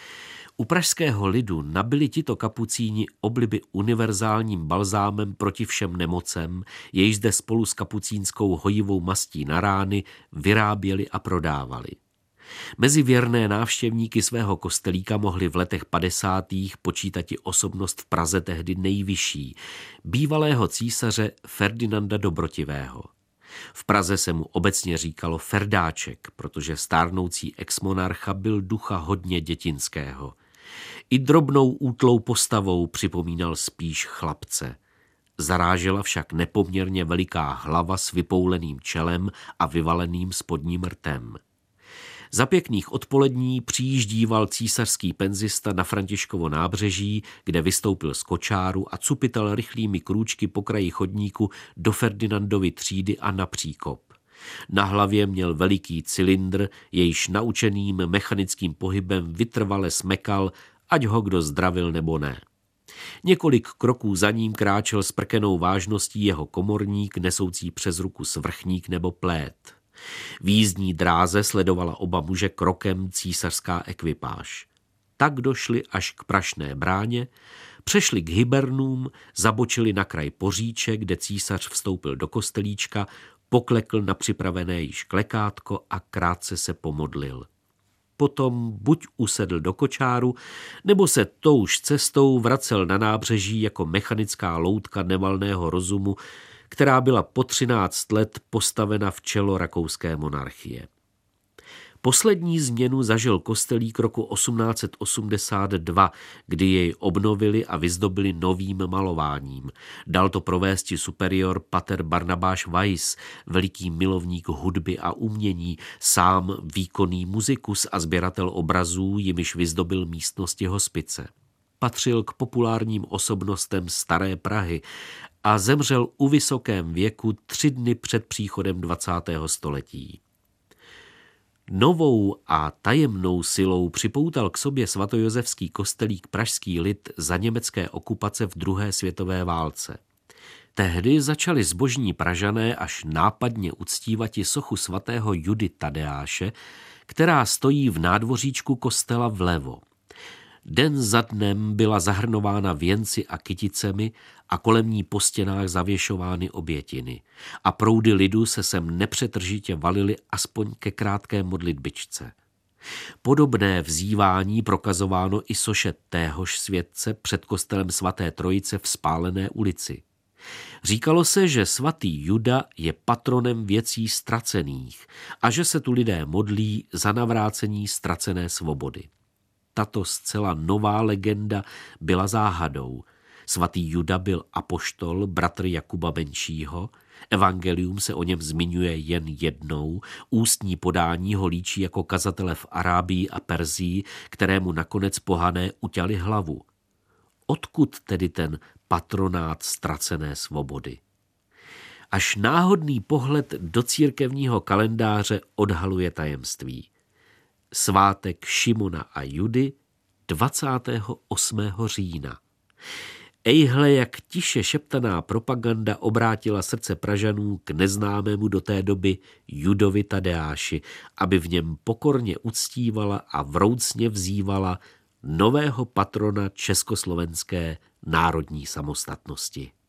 U pražského lidu nabili tito kapucíni obliby univerzálním balzámem proti všem nemocem, jež zde spolu s kapucínskou hojivou mastí na rány vyráběli a prodávali. Mezi věrné návštěvníky svého kostelíka mohli v letech padesátých počítati osobnost v Praze tehdy nejvyšší, bývalého císaře Ferdinanda Dobrotivého. V Praze se mu obecně říkalo Ferdáček, protože stárnoucí exmonarcha byl ducha hodně dětinského. I drobnou útlou postavou připomínal spíš chlapce. Zarážela však nepoměrně veliká hlava s vypouleným čelem a vyvaleným spodním rtem. Za pěkných odpolední přijíždíval císařský penzista na Františkovo nábřeží, kde vystoupil z kočáru a cupitel rychlými krůčky po kraji chodníku do Ferdinandovy třídy a na příkop. Na hlavě měl veliký cylindr, jejž naučeným mechanickým pohybem vytrvale smekal, ať ho kdo zdravil nebo ne. Několik kroků za ním kráčel s prkenou vážností jeho komorník, nesoucí přes ruku svrchník nebo plét. V jízdní dráze sledovala oba muže krokem císařská ekvipáž. Tak došli až k Prašné bráně, přešli k Hybernům, zabočili na kraj poříče, kde císař vstoupil do kostelíčka, poklekl na připravené již klekátko a krátce se pomodlil. Potom buď usedl do kočáru, nebo se touž cestou vracel na nábřeží jako mechanická loutka nevalného rozumu, která byla po třináct let postavena v čelo rakouské monarchie. Poslední změnu zažil kostelík roku osmnáct set osmdesát dva, kdy jej obnovili a vyzdobili novým malováním. Dal to provésti superior pater Barnabáš Weiss, veliký milovník hudby a umění, sám výkonný muzikus a sběratel obrazů, jimiž vyzdobil místnosti hospice. Patřil k populárním osobnostem staré Prahy a zemřel u vysokém věku tři dny před příchodem dvacátého století. Novou a tajemnou silou připoutal k sobě svatojosefský kostelík pražský lid za německé okupace v druhé světové válce. Tehdy začali zbožní Pražané až nápadně uctívati sochu svatého Judy Tadeáše, která stojí v nádvoříčku kostela vlevo. Den za dnem byla zahrnována věnci a kyticemi a kolem ní po stěnách zavěšovány obětiny. A proudy lidu se sem nepřetržitě valily aspoň ke krátké modlitbičce. Podobné vzývání prokazováno i soše téhož světce před kostelem svaté Trojice v Spálené ulici. Říkalo se, že svatý Juda je patronem věcí ztracených a že se tu lidé modlí za navrácení ztracené svobody. Tato zcela nová legenda byla záhadou. Svatý Juda byl apoštol, bratr Jakuba Menšího, evangelium se o něm zmiňuje jen jednou, ústní podání ho líčí jako kazatele v Arábii a Perzii, kterému nakonec pohané uťali hlavu. Odkud tedy ten patronát ztracené svobody? Až náhodný pohled do církevního kalendáře odhaluje tajemství. Svátek Šimona a Judy dvacátého osmého října. Ejhle, jak tiše šeptaná propaganda obrátila srdce Pražanů k neznámému do té doby Judovi Tadeáši, aby v něm pokorně uctívala a vroucně vzývala nového patrona československé národní samostatnosti.